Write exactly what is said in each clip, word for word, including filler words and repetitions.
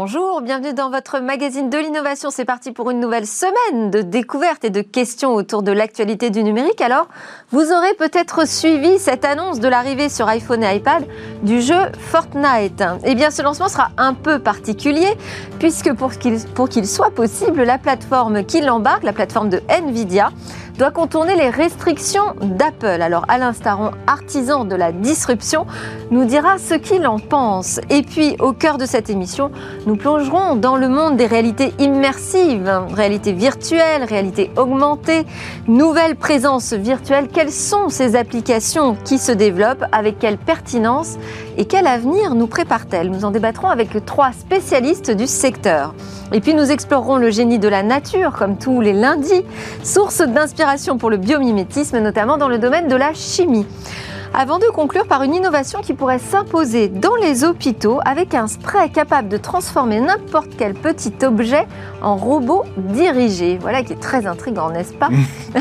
bonjour, bienvenue dans votre magazine de l'innovation. C'est parti pour une nouvelle semaine de découvertes et de questions autour de l'actualité du numérique. Alors, vous aurez peut-être suivi cette annonce de l'arrivée sur iPhone et iPad du jeu Fortnite. Eh bien, ce lancement sera un peu particulier puisque pour qu'il, pour qu'il soit possible, la plateforme qui l'embarque, la plateforme de Nvidia, doit contourner les restrictions d'Apple. Alors Alain Staron, artisan de la disruption, nous dira ce qu'il en pense. Et puis, au cœur de cette émission, nous plongerons dans le monde des réalités immersives, réalité virtuelle, réalité augmentée, nouvelle présence virtuelle. Quelles sont ces applications qui se développent, avec quelle pertinence et quel avenir nous prépare-t-elle? Nous en débattrons avec trois spécialistes du secteur. Et puis nous explorerons le génie de la nature, comme tous les lundis, source d'inspiration pour le biomimétisme, notamment dans le domaine de la chimie. Avant de conclure par une innovation qui pourrait s'imposer dans les hôpitaux avec un spray capable de transformer n'importe quel petit objet en robot dirigé. Voilà qui est très intriguant, n'est-ce pas?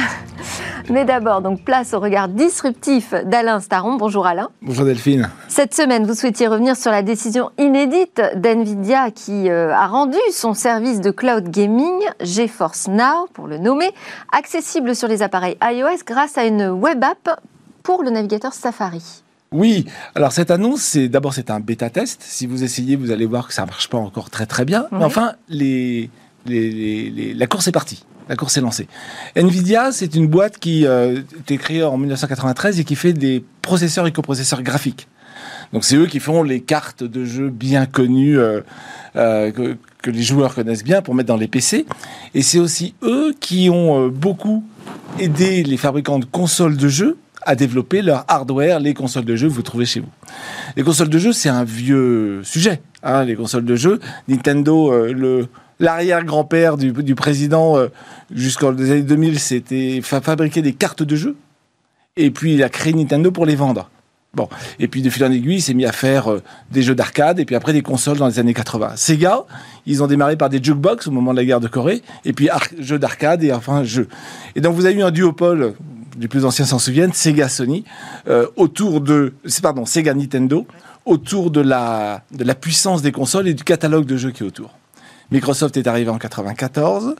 Mais d'abord, donc place au regard disruptif d'Alain Staron. Bonjour Alain. Bonjour Delphine. Cette semaine, vous souhaitiez revenir sur la décision inédite d'Nvidia qui euh, a rendu son service de cloud gaming, GeForce Now pour le nommer, accessible sur les appareils iOS grâce à une web app pour le navigateur Safari. Oui, alors cette annonce, c'est, d'abord c'est un bêta-test. Si vous essayez, vous allez voir que ça ne marche pas encore très très bien. Oui. Mais enfin, les, les, les, les, la course est partie. La course est lancée. Nvidia, c'est une boîte qui euh, était créée en dix-neuf cent quatre-vingt-treize et qui fait des processeurs et coprocesseurs graphiques. Donc c'est eux qui font les cartes de jeux bien connues euh, euh, que, que les joueurs connaissent bien pour mettre dans les P C. Et c'est aussi eux qui ont euh, beaucoup aidé les fabricants de consoles de jeux à développer leur hardware, les consoles de jeux que vous trouvez chez vous. Les consoles de jeux, c'est un vieux sujet. Hein, les consoles de jeux, Nintendo, euh, le... l'arrière-grand-père du, du président, euh, jusqu'aux années deux mille, c'était fa- fabriquer des cartes de jeu. Et puis, il a créé Nintendo pour les vendre. Bon. Et puis, de fil en aiguille, il s'est mis à faire euh, des jeux d'arcade et puis après des consoles dans les années quatre-vingts. Sega, ils ont démarré par des jukebox au moment de la guerre de Corée. Et puis, ar- jeux d'arcade et enfin, jeux. Et donc, vous avez eu un duopole, les plus anciens s'en souviennent, Sega-Sony, euh, autour de... Pardon, Sega-Nintendo, autour de la, de la puissance des consoles et du catalogue de jeux qui est autour. Microsoft est arrivé en quatre-vingt-quatorze.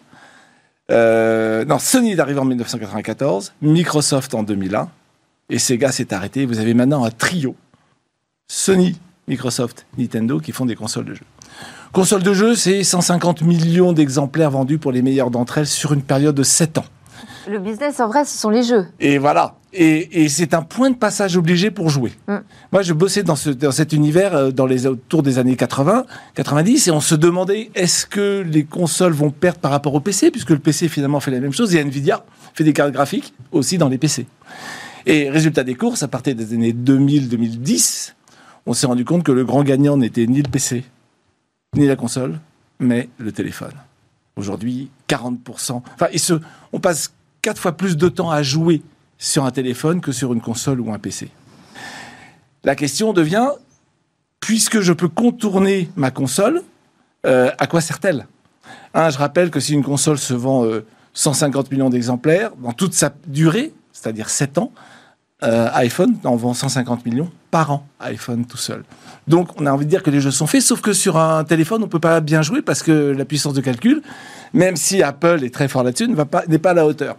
Euh, non, Sony est arrivé en dix-neuf cent quatre-vingt-quatorze. Microsoft en deux mille un. Et Sega s'est arrêté. Vous avez maintenant un trio. Sony, Microsoft, Nintendo qui font des consoles de jeux. Consoles de jeux, c'est cent cinquante millions d'exemplaires vendus pour les meilleures d'entre elles sur une période de sept ans. Le business, en vrai, ce sont les jeux. Et voilà. Et, et c'est un point de passage obligé pour jouer. Mm. Moi, je bossais dans, ce, dans cet univers euh, dans les, autour des années quatre-vingts, quatre-vingt-dix, et on se demandait est-ce que les consoles vont perdre par rapport au P C, puisque le P C finalement fait la même chose, et Nvidia fait des cartes graphiques aussi dans les P C. Et résultat des courses, à partir des années deux mille deux mille dix, on s'est rendu compte que le grand gagnant n'était ni le P C, ni la console, mais le téléphone. Aujourd'hui, quarante pour cent... Enfin, et ce, on passe quatre fois plus de temps à jouer sur un téléphone que sur une console ou un P C. La question devient, puisque je peux contourner ma console, euh, à quoi sert-elle ? Un, je rappelle que si une console se vend euh, cent cinquante millions d'exemplaires, dans toute sa durée, c'est-à-dire sept ans, euh, iPhone en vend cent cinquante millions par an, iPhone tout seul. Donc, on a envie de dire que les jeux sont faits, sauf que sur un téléphone, on ne peut pas bien jouer parce que la puissance de calcul, même si Apple est très fort là-dessus, ne va pas, n'est pas à la hauteur.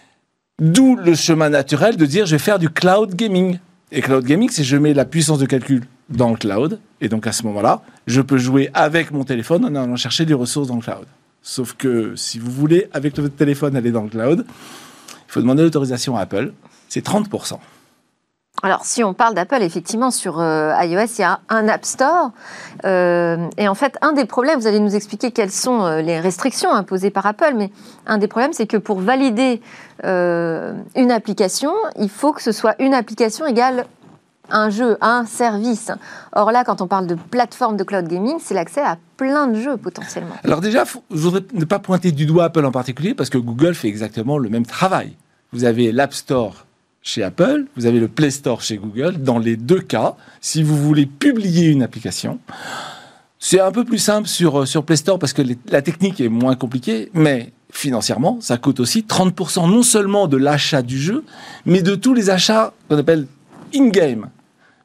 D'où le chemin naturel de dire je vais faire du cloud gaming. Et cloud gaming, c'est je mets la puissance de calcul dans le cloud, et donc à ce moment-là, je peux jouer avec mon téléphone en allant chercher des ressources dans le cloud. Sauf que si vous voulez, avec votre téléphone, aller dans le cloud, il faut demander l'autorisation à Apple. C'est trente pour cent. Alors, si on parle d'Apple, effectivement, sur euh, iOS, il y a un App Store. Euh, et en fait, un des problèmes, vous allez nous expliquer quelles sont euh, les restrictions imposées par Apple, mais un des problèmes, c'est que pour valider euh, une application, il faut que ce soit une application égale un jeu, un service. Or là, quand on parle de plateforme de cloud gaming, c'est l'accès à plein de jeux potentiellement. Alors déjà, faut, je voudrais ne pas pointer du doigt Apple en particulier, parce que Google fait exactement le même travail. Vous avez l'App Store chez Apple, vous avez le Play Store chez Google. Dans les deux cas, si vous voulez publier une application, c'est un peu plus simple sur, sur Play Store parce que les, la technique est moins compliquée, mais financièrement, ça coûte aussi trente pour cent non seulement de l'achat du jeu, mais de tous les achats qu'on appelle in-game.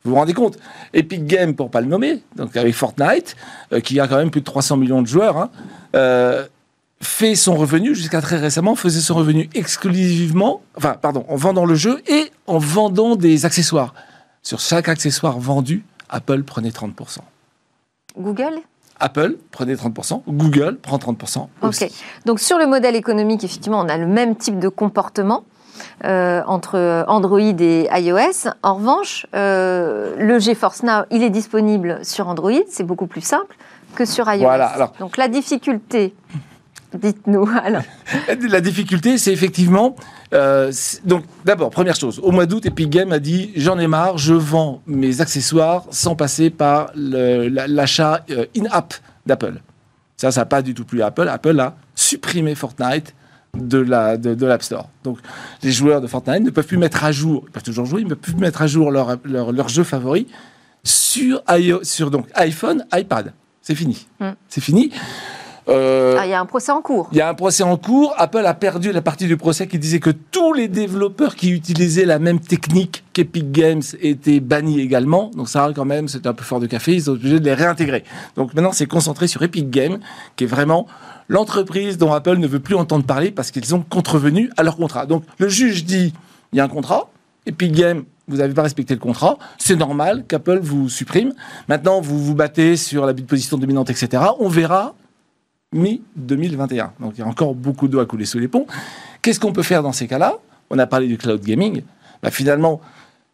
Vous vous rendez compte? Epic Games, pour ne pas le nommer, donc avec Fortnite, euh, qui a quand même plus de trois cents millions de joueurs, hein, euh, fait son revenu, jusqu'à très récemment, faisait son revenu exclusivement, enfin, pardon, en vendant le jeu et en vendant des accessoires. Sur chaque accessoire vendu, Apple prenait trente pour cent. Google? Apple prenait trente pour cent, Google prend trente pour cent aussi. Ok. Donc sur le modèle économique, effectivement, on a le même type de comportement euh, entre Android et iOS. En revanche, euh, le GeForce Now, il est disponible sur Android, c'est beaucoup plus simple que sur iOS. Voilà, alors... Donc la difficulté... Dites-nous, alors. La difficulté, c'est effectivement... Euh, c'est, donc, d'abord, première chose, au mois d'août, Epic Games a dit « J'en ai marre, je vends mes accessoires sans passer par le, l'achat euh, in-app d'Apple. » Ça, ça n'a pas du tout plu à Apple. Apple a supprimé Fortnite de, la, de, de l'App Store. Donc, les joueurs de Fortnite ne peuvent plus mettre à jour, ils peuvent toujours jouer, ils ne peuvent plus mettre à jour leur, leur, leur jeu favori sur, iOS, sur donc, iPhone, iPad. C'est fini. Mm. C'est fini. Euh, ah, il y a un procès en cours. Il y a un procès en cours. Apple a perdu la partie du procès qui disait que tous les développeurs qui utilisaient la même technique qu'Epic Games étaient bannis également. Donc ça, quand même, c'était un peu fort de café. Ils sont obligés de les réintégrer. Donc maintenant, c'est concentré sur Epic Games, qui est vraiment l'entreprise dont Apple ne veut plus entendre parler parce qu'ils ont contrevenu à leur contrat. Donc le juge dit, il y a un contrat. Epic Games, vous n'avez pas respecté le contrat. C'est normal qu'Apple vous supprime. Maintenant, vous vous battez sur la position dominante, et cetera. On verra mi deux mille vingt et un. Donc, il y a encore beaucoup d'eau à couler sous les ponts. Qu'est-ce qu'on peut faire dans ces cas-là? On a parlé du cloud gaming. Bah, finalement,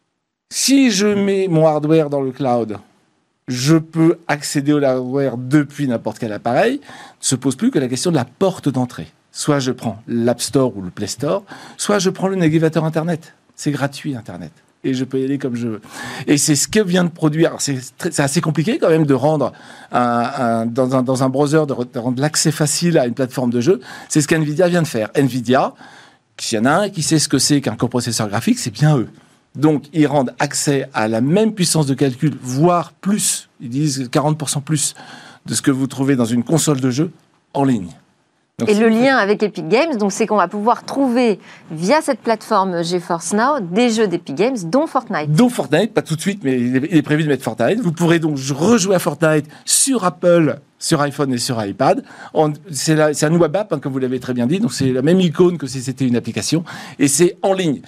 si je mets mon hardware dans le cloud, je peux accéder au hardware depuis n'importe quel appareil. Ne se pose plus que la question de la porte d'entrée. Soit je prends l'App Store ou le Play Store, soit je prends le navigateur Internet. C'est gratuit, Internet. Et je peux y aller comme je veux. Et c'est ce que vient de produire. Alors c'est, très, c'est assez compliqué quand même de rendre un, un, dans, un, dans un browser, de, de rendre l'accès facile à une plateforme de jeu. C'est ce qu'NVIDIA vient de faire. NVIDIA, s'il y en a un qui sait ce que c'est qu'un coprocesseur graphique, c'est bien eux. Donc ils rendent accès à la même puissance de calcul, voire plus, ils disent quarante pour cent plus de ce que vous trouvez dans une console de jeu en ligne. Donc, et le lien avec Epic Games, donc, c'est qu'on va pouvoir trouver, via cette plateforme GeForce Now, des jeux d'Epic Games, dont Fortnite. Dont Fortnite, pas tout de suite, mais il est, il est prévu de mettre Fortnite. Vous pourrez donc rejouer à Fortnite sur Apple, sur iPhone et sur iPad. On, c'est, la, c'est un web app, hein, comme vous l'avez très bien dit, donc c'est la même icône que si c'était une application, et c'est en ligne.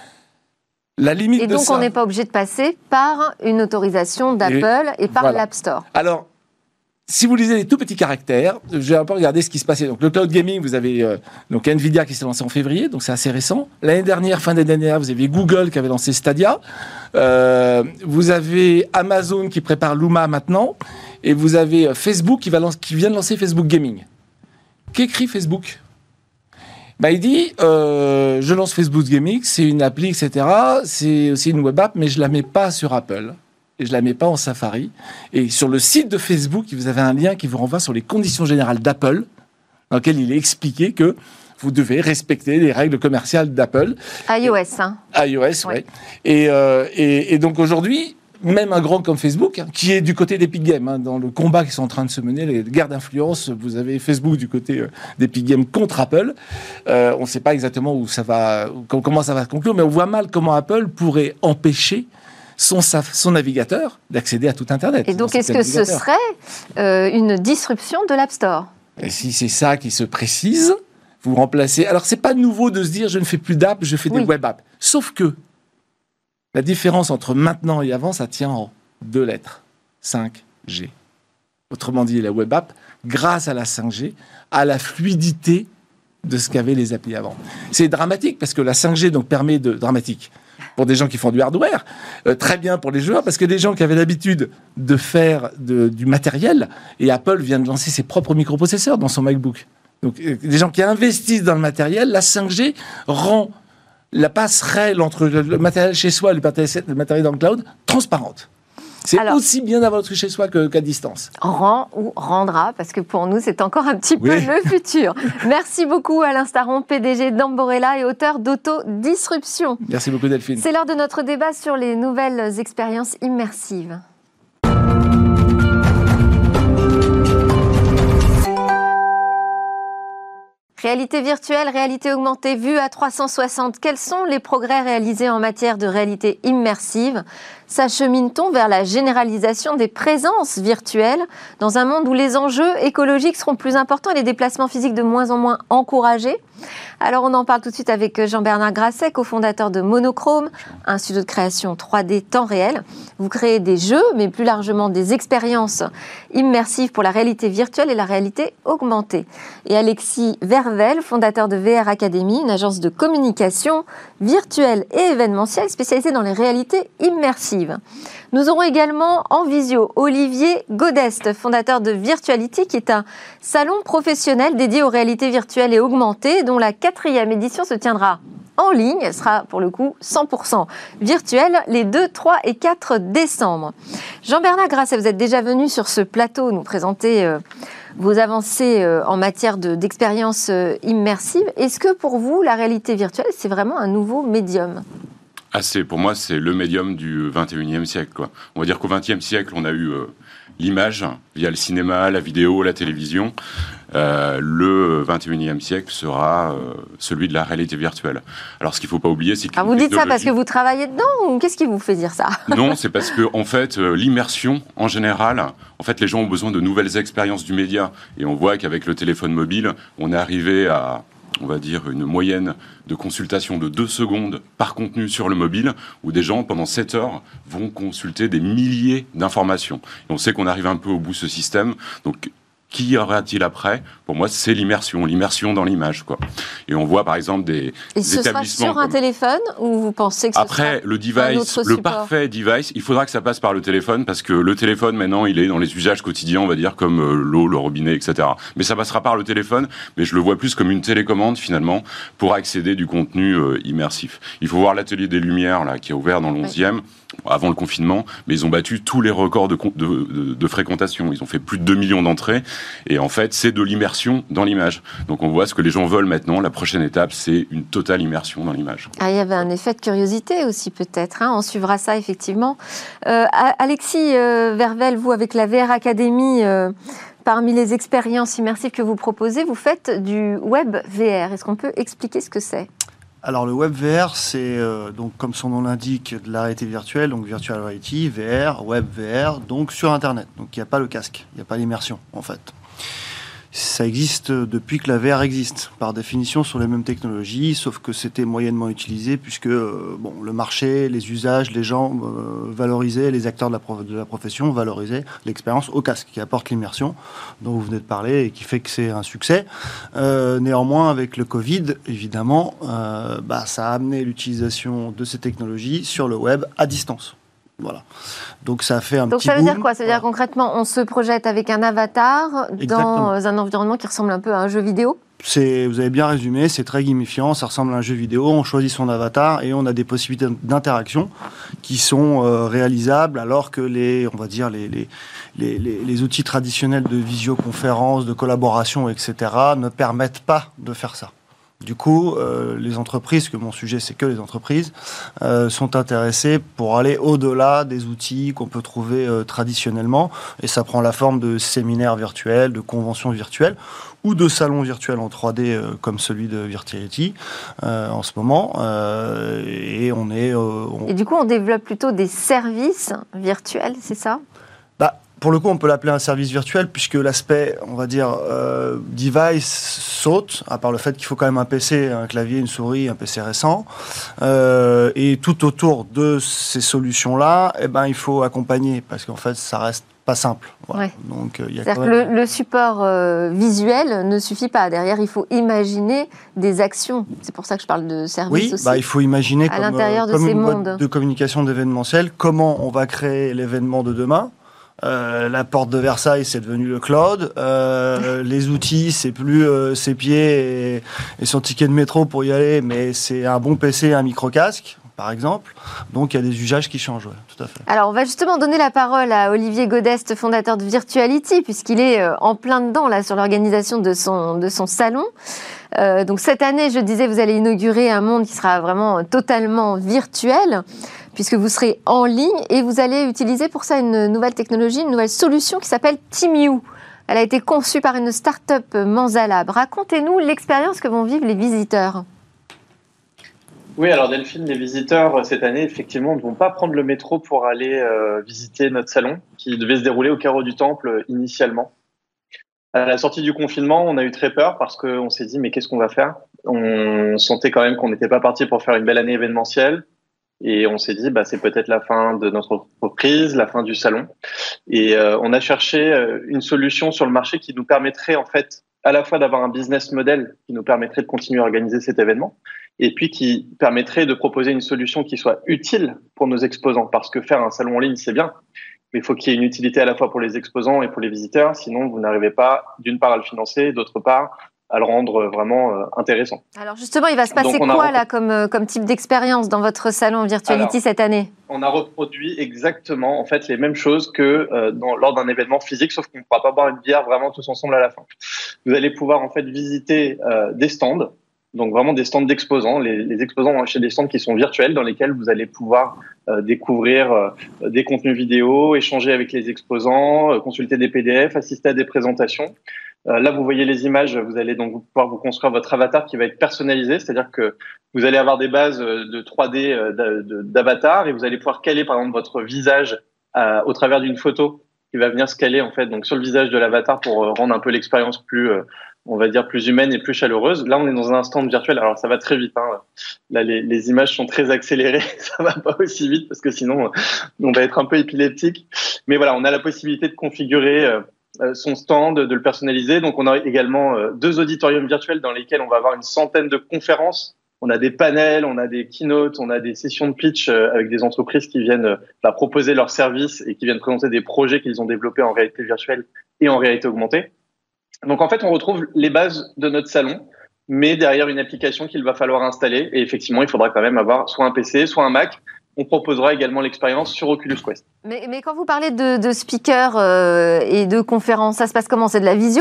La limite et donc, de ça, on n'est pas obligé de passer par une autorisation d'Apple et, et par voilà. l'App Store. Alors, si vous lisez les tout petits caractères, je vais un peu regarder ce qui se passait. Donc, le cloud gaming, vous avez euh, donc NVIDIA qui s'est lancé en février, donc c'est assez récent. L'année dernière, fin d'année dernière, vous avez Google qui avait lancé Stadia. Euh, vous avez Amazon qui prépare Luma maintenant. Et vous avez Facebook qui, va lancer, qui vient de lancer Facebook Gaming. Qu'écrit Facebook ? Bah, il dit, euh, je lance Facebook Gaming, c'est une appli, et cetera. C'est aussi une web app, mais je ne la mets pas sur Apple. Et je ne la mets pas en Safari. Et sur le site de Facebook, vous avez un lien qui vous renvoie sur les conditions générales d'Apple, dans lequel il est expliqué que vous devez respecter les règles commerciales d'Apple. iOS, hein. iOS, oui. Ouais. Et, euh, et, et donc aujourd'hui, même un grand comme Facebook, hein, qui est du côté d'Epic Games, hein, dans le combat qui sont en train de se mener, les guerres d'influence, vous avez Facebook du côté euh, d'Epic Games contre Apple. Euh, on ne sait pas exactement où ça va, comment ça va se conclure, mais on voit mal comment Apple pourrait empêcher Son, son navigateur d'accéder à tout Internet. Et donc, est-ce que ce serait euh, une disruption de l'App Store ? Et si c'est ça qui se précise, vous remplacez... Alors, c'est pas nouveau de se dire, je ne fais plus d'app, je fais oui. des web apps. Sauf que la différence entre maintenant et avant, ça tient en deux lettres. cinq G. Autrement dit, la web app, grâce à la cinq G, a la fluidité de ce qu'avaient les applis avant. C'est dramatique, parce que la cinq G donc, permet de... Dramatique pour des gens qui font du hardware, euh, très bien pour les joueurs, parce que des gens qui avaient l'habitude de faire de, du matériel, et Apple vient de lancer ses propres microprocesseurs dans son MacBook. Donc, euh, des gens qui investissent dans le matériel, la cinq G rend la passerelle entre le matériel chez soi et le matériel dans le cloud transparente. C'est Alors, aussi bien d'avoir le truc chez soi que, qu'à distance. Rend ou rendra, parce que pour nous, c'est encore un petit oui. peu le futur. Merci beaucoup Alain Staron, P D G d'Amborella et auteur d'Autodisruption. Merci beaucoup Delphine. C'est l'heure de notre débat sur les nouvelles expériences immersives. Réalité virtuelle, réalité augmentée, vue à trois cent soixante. Quels sont les progrès réalisés en matière de réalité immersive ? S'achemine-t-on vers la généralisation des présences virtuelles dans un monde où les enjeux écologiques seront plus importants et les déplacements physiques de moins en moins encouragés ? Alors on en parle tout de suite avec Jean-Bernard Grasset, cofondateur de Monochrome, un studio de création trois D temps réel. Vous créez des jeux, mais plus largement des expériences immersives pour la réalité virtuelle et la réalité augmentée. Et Alexis Vervel, fondateur de V R Academy, une agence de communication virtuelle et événementielle spécialisée dans les réalités immersives. Nous aurons également en visio Olivier Godest, fondateur de Virtuality, qui est un salon professionnel dédié aux réalités virtuelles et augmentées, dont la quatrième édition se tiendra en ligne. Elle sera pour le coup cent pour cent virtuelle les deux, trois et quatre décembre. Jean-Bernard Grasset, vous êtes déjà venu sur ce plateau nous présenter euh, vos avancées euh, en matière de, d'expérience euh, immersive. Est-ce que pour vous, la réalité virtuelle, c'est vraiment un nouveau médium ? Ah, c'est, pour moi, c'est le médium du vingt et unième siècle, quoi. On va dire qu'au vingtième siècle, on a eu euh, l'image via le cinéma, la vidéo, la télévision. Euh, le vingt et unième siècle sera euh, celui de la réalité virtuelle. Alors, ce qu'il ne faut pas oublier, c'est que... Ah, vous dites ça parce que vous travaillez dedans ou qu'est-ce qui vous fait dire ça ? Non, c'est parce que, en fait, euh, l'immersion, en général, en fait, les gens ont besoin de nouvelles expériences du média. Et on voit qu'avec le téléphone mobile, on est arrivé à... on va dire, une moyenne de consultation de deux secondes par contenu sur le mobile, où des gens, pendant sept heures, vont consulter des milliers d'informations. Et on sait qu'on arrive un peu au bout de ce système, donc qui y aura-t-il après ? Pour moi, c'est l'immersion, l'immersion dans l'image, quoi. Et on voit, par exemple, des, Et des ce établissements... sera sur un comme... téléphone, ou vous pensez que ce Après, sera le device, le parfait device, il faudra que ça passe par le téléphone, parce que le téléphone, maintenant, il est dans les usages quotidiens, on va dire, comme euh, l'eau, le robinet, et cetera. Mais ça passera par le téléphone, mais je le vois plus comme une télécommande, finalement, pour accéder du contenu euh, immersif. Il faut voir l'Atelier des Lumières, là, qui est ouvert dans l'onzième, oui. avant le confinement, mais ils ont battu tous les records de, de, de, de fréquentation. Ils ont fait plus de deux millions d'entrées, et en fait, c'est de l'immersion dans l'image. Donc on voit ce que les gens veulent maintenant. La prochaine étape, c'est une totale immersion dans l'image. Ah, il y avait un effet de curiosité aussi peut-être. Hein. On suivra ça effectivement. Euh, Alexis euh, Vervel, vous avec la V R Academy, euh, parmi les expériences immersives que vous proposez, vous faites du web V R. Est-ce qu'on peut expliquer ce que c'est ? Alors le web V R, c'est euh, donc comme son nom l'indique, de la réalité virtuelle, donc virtual reality, V R, web V R, donc sur Internet. Donc il n'y a pas le casque, il n'y a pas l'immersion en fait. Ça existe depuis que la V R existe, par définition sur les mêmes technologies, sauf que c'était moyennement utilisé puisque euh, bon, le marché, les usages, les gens euh, valorisaient, les acteurs de la, prof- de la profession valorisaient l'expérience au casque qui apporte l'immersion dont vous venez de parler et qui fait que c'est un succès. Euh, néanmoins, avec le Covid, évidemment, euh, bah, ça a amené l'utilisation de ces technologies sur le web à distance. Voilà. Donc ça fait un Donc petit ça veut boom. dire quoi ? Ça veut dire concrètement, on se projette avec un avatar Exactement. dans un environnement qui ressemble un peu à un jeu vidéo ? C'est, vous avez bien résumé, c'est très gamifiant, ça ressemble à un jeu vidéo, on choisit son avatar et on a des possibilités d'interaction qui sont euh, réalisables alors que les, on va dire, les, les, les, les, les outils traditionnels de visioconférence, de collaboration, et cetera ne permettent pas de faire ça. Du coup, euh, les entreprises, que mon sujet c'est que les entreprises, euh, sont intéressées pour aller au-delà des outils qu'on peut trouver euh, traditionnellement. Et ça prend la forme de séminaires virtuels, de conventions virtuelles ou de salons virtuels en trois D euh, comme celui de Virtuality euh, en ce moment. Euh, et on est... Euh, on... Et du coup, on développe plutôt des services virtuels, c'est ça ? Bah, pour le coup, on peut l'appeler un service virtuel puisque l'aspect, on va dire, euh, device saute, à part le fait qu'il faut quand même un P C, un clavier, une souris, un P C récent. Euh, et tout autour de ces solutions-là, eh ben, il faut accompagner parce qu'en fait, ça reste pas simple. Voilà. Ouais. Donc, euh, y a C'est-à-dire quand même... que le, le support euh, visuel ne suffit pas. Derrière, il faut imaginer des actions. C'est pour ça que je parle de service oui, aussi. bah, il faut imaginer à comme, l'intérieur de comme ces une mondes. boîte de communication d'événementiel, comment on va créer l'événement de demain. Euh, la porte de Versailles, c'est devenu le cloud. Euh, les outils, c'est plus euh, ses pieds et, et son ticket de métro pour y aller, mais c'est un bon P C et un micro-casque, par exemple. Donc, il y a des usages qui changent, ouais, tout à fait. Alors, on va justement donner la parole à Olivier Godest, fondateur de Virtuality, puisqu'il est euh, en plein dedans là, sur l'organisation de son, de son salon. Euh, donc, cette année, je disais, vous allez inaugurer un monde qui sera vraiment euh, totalement virtuel, puisque vous serez en ligne et vous allez utiliser pour ça une nouvelle technologie, une nouvelle solution qui s'appelle TeamU. Elle a été conçue par une start-up Manzalab. Racontez-nous l'expérience que vont vivre les visiteurs. Oui, alors Delphine, les visiteurs cette année, effectivement, ne vont pas prendre le métro pour aller euh, visiter notre salon, qui devait se dérouler au Carreau du Temple initialement. À la sortie du confinement, on a eu très peur parce qu'on s'est dit, mais qu'est-ce qu'on va faire ? On sentait quand même qu'on n'était pas parti pour faire une belle année événementielle. Et on s'est dit, bah, c'est peut-être la fin de notre entreprise, la fin du salon. Et euh, on a cherché une solution sur le marché qui nous permettrait, en fait, à la fois d'avoir un business model qui nous permettrait de continuer à organiser cet événement, et puis qui permettrait de proposer une solution qui soit utile pour nos exposants. Parce que faire un salon en ligne, c'est bien, mais il faut qu'il y ait une utilité à la fois pour les exposants et pour les visiteurs. Sinon, vous n'arrivez pas, d'une part, à le financer, d'autre part, à le rendre vraiment euh, intéressant. Alors justement, il va se passer quoi a... là comme, euh, comme type d'expérience dans votre salon Virtuality Alors, cette année ? On a reproduit exactement en fait les mêmes choses que euh, dans, lors d'un événement physique, sauf qu'on ne pourra pas boire une bière vraiment tous ensemble à la fin. Vous allez pouvoir en fait visiter euh, des stands, donc vraiment des stands d'exposants. Les, les exposants ont acheté des stands qui sont virtuels dans lesquels vous allez pouvoir euh, découvrir euh, des contenus vidéo, échanger avec les exposants, euh, consulter des P D F, assister à des présentations. Euh, là, vous voyez les images, vous allez donc pouvoir vous construire votre avatar qui va être personnalisé, c'est-à-dire que vous allez avoir des bases de trois D d'avatar et vous allez pouvoir caler par exemple votre visage euh, au travers d'une photo qui va venir se caler en fait donc sur le visage de l'avatar pour euh, rendre un peu l'expérience plus, euh, on va dire plus humaine et plus chaleureuse. Là, on est dans un stand virtuel, alors ça va très vite. Hein. Là, les, les images sont très accélérées, ça va pas aussi vite parce que sinon on va être un peu épileptique. Mais voilà, on a la possibilité de configurer euh, son stand, de le personnaliser. Donc, on a également euh, deux auditoriums virtuels dans lesquels on va avoir une centaine de conférences. On a des panels, on a des keynotes, on a des sessions de pitch euh, avec des entreprises qui viennent euh, bah, proposer leurs services et qui viennent présenter des projets qu'ils ont développés en réalité virtuelle et en réalité augmentée. Donc, en fait, on retrouve les bases de notre salon, mais derrière une application qu'il va falloir installer. Et effectivement, il faudra quand même avoir soit un P C, soit un Mac. On proposera également l'expérience sur Oculus Quest. Mais, mais quand vous parlez de, de speakers euh, et de conférences, ça se passe comment ? C'est de la visio ?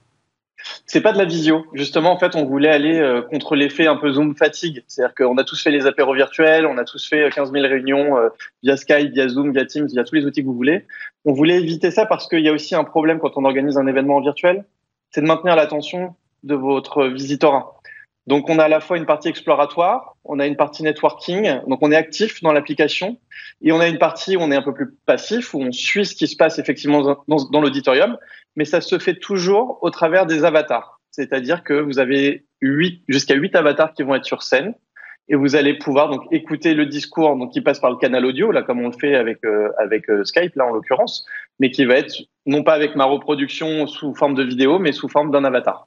C'est pas de la visio. Justement, en fait, on voulait aller euh, contre l'effet un peu Zoom fatigue. C'est-à-dire qu'on a tous fait les apéros virtuels, on a tous fait quinze mille réunions euh, via Skype, via Zoom, via Teams, via tous les outils que vous voulez. On voulait éviter ça parce qu'il y a aussi un problème quand on organise un événement virtuel, c'est de maintenir l'attention de votre visitorat. Donc, on a à la fois une partie exploratoire, on a une partie networking, donc on est actif dans l'application, et on a une partie où on est un peu plus passif, où on suit ce qui se passe effectivement dans, dans l'auditorium, mais ça se fait toujours au travers des avatars. C'est-à-dire que vous avez huit, jusqu'à huit avatars qui vont être sur scène, et vous allez pouvoir donc écouter le discours donc qui passe par le canal audio, là comme on le fait avec euh, avec euh, Skype là en l'occurrence, mais qui va être non pas avec ma reproduction sous forme de vidéo, mais sous forme d'un avatar.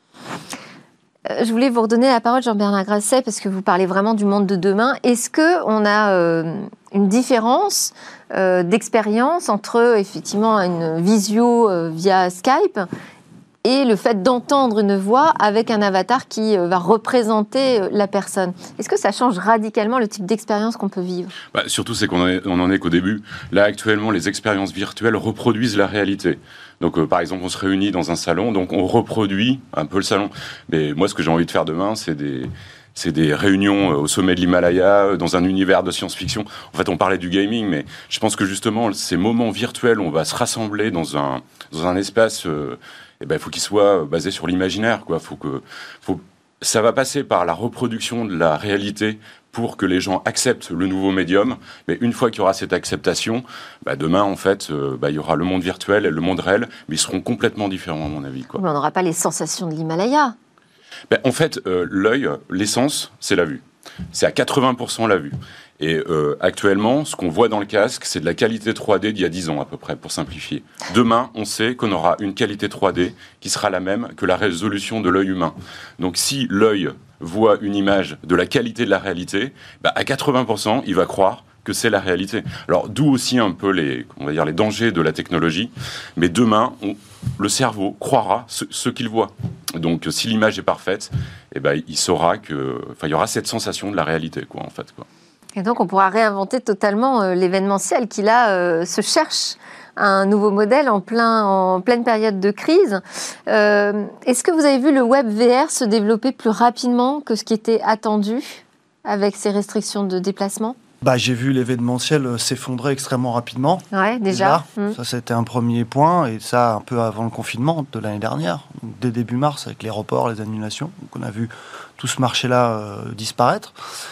Je voulais vous redonner la parole, Jean-Bernard Grasset, parce que vous parlez vraiment du monde de demain. Est-ce qu'on a euh, une différence euh, d'expérience entre effectivement une visio euh, via Skype et le fait d'entendre une voix avec un avatar qui euh, va représenter euh, la personne ? Est-ce que ça change radicalement le type d'expérience qu'on peut vivre ? Bah, surtout, c'est qu'on n'en est qu'au début. Là, actuellement, les expériences virtuelles reproduisent la réalité. Donc, euh, par exemple, on se réunit dans un salon, donc on reproduit un peu le salon. Mais moi, ce que j'ai envie de faire demain, c'est des... C'est des réunions au sommet de l'Himalaya, dans un univers de science-fiction. En fait, on parlait du gaming, mais je pense que justement, ces moments virtuels où on va se rassembler dans un, dans un espace, euh, eh ben, il faut qu'il soit basé sur l'imaginaire, quoi. Faut que, faut, ça va passer par la reproduction de la réalité pour que les gens acceptent le nouveau médium. Mais une fois qu'il y aura cette acceptation, bah demain, en fait, euh, bah, il y aura le monde virtuel et le monde réel, mais ils seront complètement différents, à mon avis, quoi. Mais on n'aura pas les sensations de l'Himalaya. Ben, en fait, euh, l'œil, l'essence, c'est la vue. C'est à quatre-vingts pour cent la vue. Et euh, actuellement, ce qu'on voit dans le casque, c'est de la qualité trois D d'il y a dix ans à peu près, pour simplifier. Demain, on sait qu'on aura une qualité trois D qui sera la même que la résolution de l'œil humain. Donc si l'œil voit une image de la qualité de la réalité, ben, à quatre-vingts pour cent, il va croire que c'est la réalité. Alors, d'où aussi un peu les, on va dire, les dangers de la technologie. Mais demain, on, le cerveau croira ce, ce qu'il voit. Donc, si l'image est parfaite, eh ben, il saura que, enfin, il y aura cette sensation de la réalité, quoi, en fait, quoi. Et donc, on pourra réinventer totalement euh, l'événementiel qui, là, euh, se cherche un nouveau modèle en, plein, en pleine période de crise. Euh, est-ce que vous avez vu le web V R se développer plus rapidement que ce qui était attendu avec ces restrictions de déplacement ? Bah, j'ai vu l'événementiel s'effondrer extrêmement rapidement. Ouais, déjà. déjà. Mmh. Ça, c'était un premier point, et ça un peu avant le confinement de l'année dernière, donc dès début mars, avec les reports, les annulations. Donc, on a vu tout ce marché-là euh, disparaître,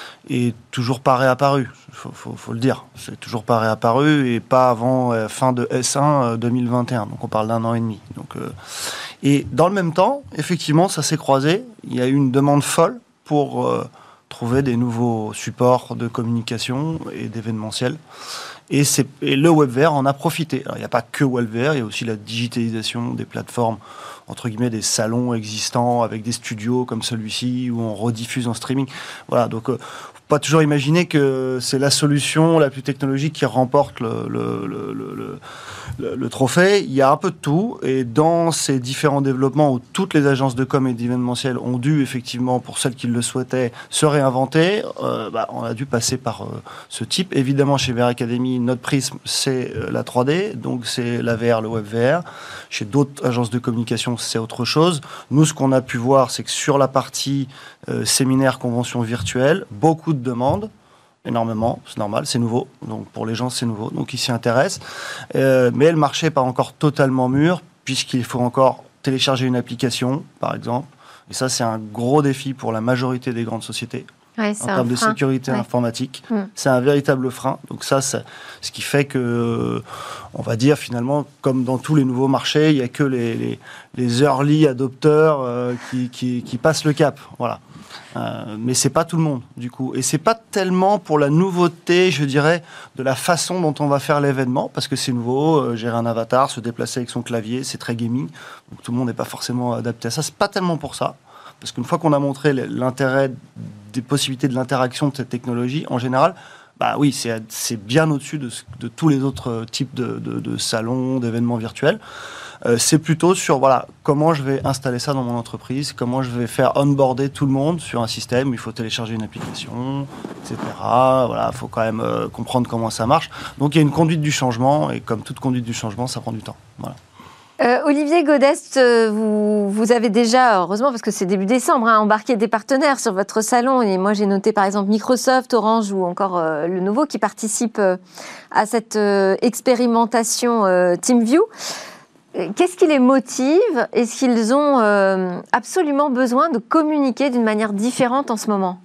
et toujours pas réapparu. Il faut, faut, faut le dire. C'est toujours pas réapparu, et pas avant euh, fin de S un euh, deux mille vingt et un. Donc, on parle d'un an et demi. Donc, euh... Et dans le même temps, effectivement, ça s'est croisé. Il y a eu une demande folle pour euh, trouver des nouveaux supports de communication et d'événementiel. Et, c'est, et le web V R en a profité. Alors, il n'y a pas que web V R, il y a aussi la digitalisation des plateformes, entre guillemets, des salons existants avec des studios comme celui-ci où on rediffuse en streaming. Voilà, donc euh, faut pas toujours imaginer que c'est la solution la plus technologique qui remporte le, le, le, le, le, le trophée. Il y a un peu de tout, et dans ces différents développements où toutes les agences de com et d'événementiel ont dû, effectivement, pour celles qui le souhaitaient, se réinventer, euh, bah, on a dû passer par euh, ce type. Évidemment, chez V R Academy, notre prisme, c'est euh, la trois D, donc c'est la V R, le web V R. Chez d'autres agences de communication, c'est autre chose. Nous, ce qu'on a pu voir, c'est que sur la partie euh, séminaire, convention virtuelle, beaucoup de demandes, énormément, c'est normal, c'est nouveau. Donc pour les gens, c'est nouveau, donc ils s'y intéressent. Euh, mais le marché n'est pas encore totalement mûr, puisqu'il faut encore télécharger une application, par exemple. Et ça, c'est un gros défi pour la majorité des grandes sociétés. Ouais, en termes de sécurité ouais. informatique. Mmh. C'est un véritable frein. Donc ça, c'est ce qui fait que, on va dire finalement, comme dans tous les nouveaux marchés, il n'y a que les, les, les early adopteurs euh, qui, qui, qui passent le cap. Voilà. Euh, mais c'est pas tout le monde, du coup. Et c'est pas tellement pour la nouveauté, je dirais, de la façon dont on va faire l'événement, parce que c'est nouveau, euh, gérer un avatar, se déplacer avec son clavier, c'est très gaming. Donc tout le monde n'est pas forcément adapté à ça. C'est pas tellement pour ça. Parce qu'une fois qu'on a montré l'intérêt des possibilités de l'interaction de cette technologie, en général, bah oui, c'est, c'est bien au-dessus de, de tous les autres types de, de, de salons, d'événements virtuels. Euh, c'est plutôt sur voilà, comment je vais installer ça dans mon entreprise, comment je vais faire onboarder tout le monde sur un système où il faut télécharger une application, et cetera. Voilà, il faut quand même euh, comprendre comment ça marche. Donc il y a une conduite du changement, et comme toute conduite du changement, ça prend du temps. Voilà. Euh, Olivier Godest, vous, vous avez déjà, heureusement parce que c'est début décembre, hein, embarqué des partenaires sur votre salon. Et moi, j'ai noté par exemple Microsoft, Orange ou encore euh, Lenovo qui participent euh, à cette euh, expérimentation euh, TeamView. Qu'est-ce qui les motive? Est-ce qu'ils ont euh, absolument besoin de communiquer d'une manière différente en ce moment?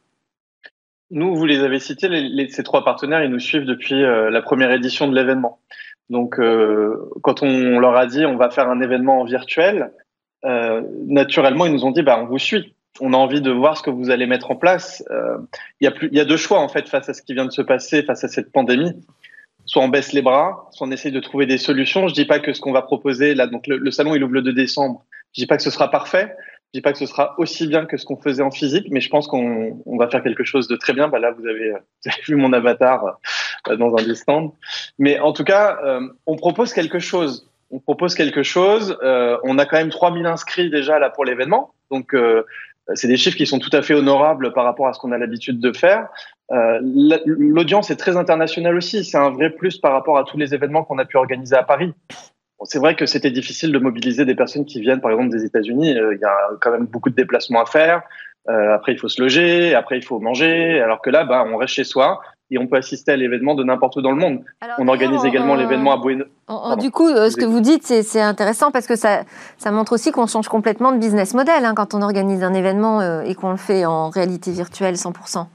Nous, vous les avez cités, les, les, ces trois partenaires, ils nous suivent depuis euh, la première édition de l'événement. Donc, euh, quand on leur a dit on va faire un événement en virtuel, euh, naturellement, ils nous ont dit bah, on vous suit. On a envie de voir ce que vous allez mettre en place. Euh, il y a plus, il y a deux choix en fait face à ce qui vient de se passer, face à cette pandémie. Soit on baisse les bras, soit on essaye de trouver des solutions. Je dis pas que ce qu'on va proposer là, donc le, le salon il ouvre le deux décembre. Je dis pas que ce sera parfait. Je dis pas que ce sera aussi bien que ce qu'on faisait en physique, mais je pense qu'on on va faire quelque chose de très bien. Bah là, vous avez, vous avez vu mon avatar euh, dans un des stands. Mais en tout cas, euh, on propose quelque chose. On propose quelque chose. Euh, on a quand même trois mille inscrits déjà là pour l'événement. Donc, euh, c'est des chiffres qui sont tout à fait honorables par rapport à ce qu'on a l'habitude de faire. Euh, l'audience est très internationale aussi. C'est un vrai plus par rapport à tous les événements qu'on a pu organiser à Paris. Bon, c'est vrai que c'était difficile de mobiliser des personnes qui viennent, par exemple, des États-Unis. Euh, il y a quand même beaucoup de déplacements à faire. Euh, après, il faut se loger. Après, il faut manger. Alors que là, bah, on reste chez soi et on peut assister à l'événement de n'importe où dans le monde. Alors, on organise également on, l'événement à Buenos Aires. Du coup, euh, ce que vous dites, c'est, c'est intéressant parce que ça, ça montre aussi qu'on change complètement de business model hein, quand on organise un événement euh, et qu'on le fait en réalité virtuelle cent pour cent.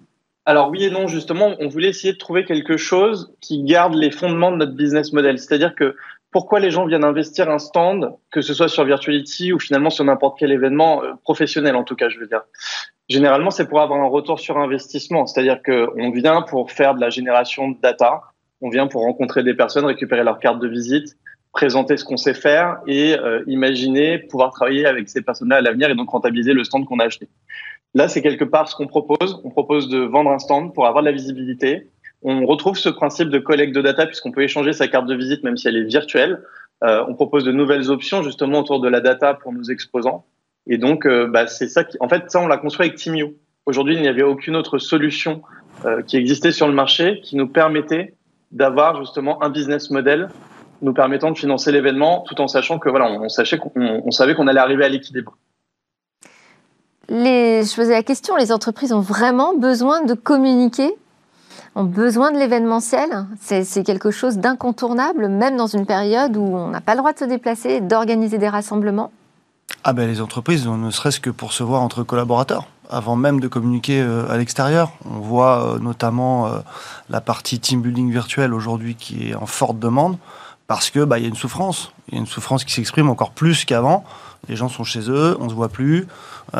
Alors oui et non, justement, on voulait essayer de trouver quelque chose qui garde les fondements de notre business model. C'est-à-dire que pourquoi les gens viennent investir un stand, que ce soit sur Virtuality ou finalement sur n'importe quel événement euh, professionnel, en tout cas, je veux dire. Généralement, c'est pour avoir un retour sur investissement. C'est-à-dire qu'on vient pour faire de la génération de data, on vient pour rencontrer des personnes, récupérer leur carte de visite, présenter ce qu'on sait faire et euh, imaginer pouvoir travailler avec ces personnes-là à l'avenir et donc rentabiliser le stand qu'on a acheté. Là, c'est quelque part ce qu'on propose. On propose de vendre un stand pour avoir de la visibilité. On retrouve ce principe de collecte de data puisqu'on peut échanger sa carte de visite même si elle est virtuelle. Euh, on propose de nouvelles options justement autour de la data pour nos exposants. Et donc, euh, bah, c'est ça qui, en fait, ça, on l'a construit avec TeamView. Aujourd'hui, il n'y avait aucune autre solution euh, qui existait sur le marché qui nous permettait d'avoir justement un business model nous permettant de financer l'événement tout en sachant que voilà, on, on, sachait qu'on, on savait qu'on allait arriver à l'équilibre. Les, je posais la question, les entreprises ont vraiment besoin de communiquer ont besoin de l'événementiel. C'est, c'est quelque chose d'incontournable, même dans une période où on n'a pas le droit de se déplacer, d'organiser des rassemblements. Ah ben les entreprises, ne serait-ce que pour se voir entre collaborateurs, avant même de communiquer euh, à l'extérieur. On voit euh, notamment euh, la partie team building virtuel aujourd'hui qui est en forte demande, parce que bah, y a une souffrance. Il y a une souffrance qui s'exprime encore plus qu'avant. Les gens sont chez eux, on ne se voit plus.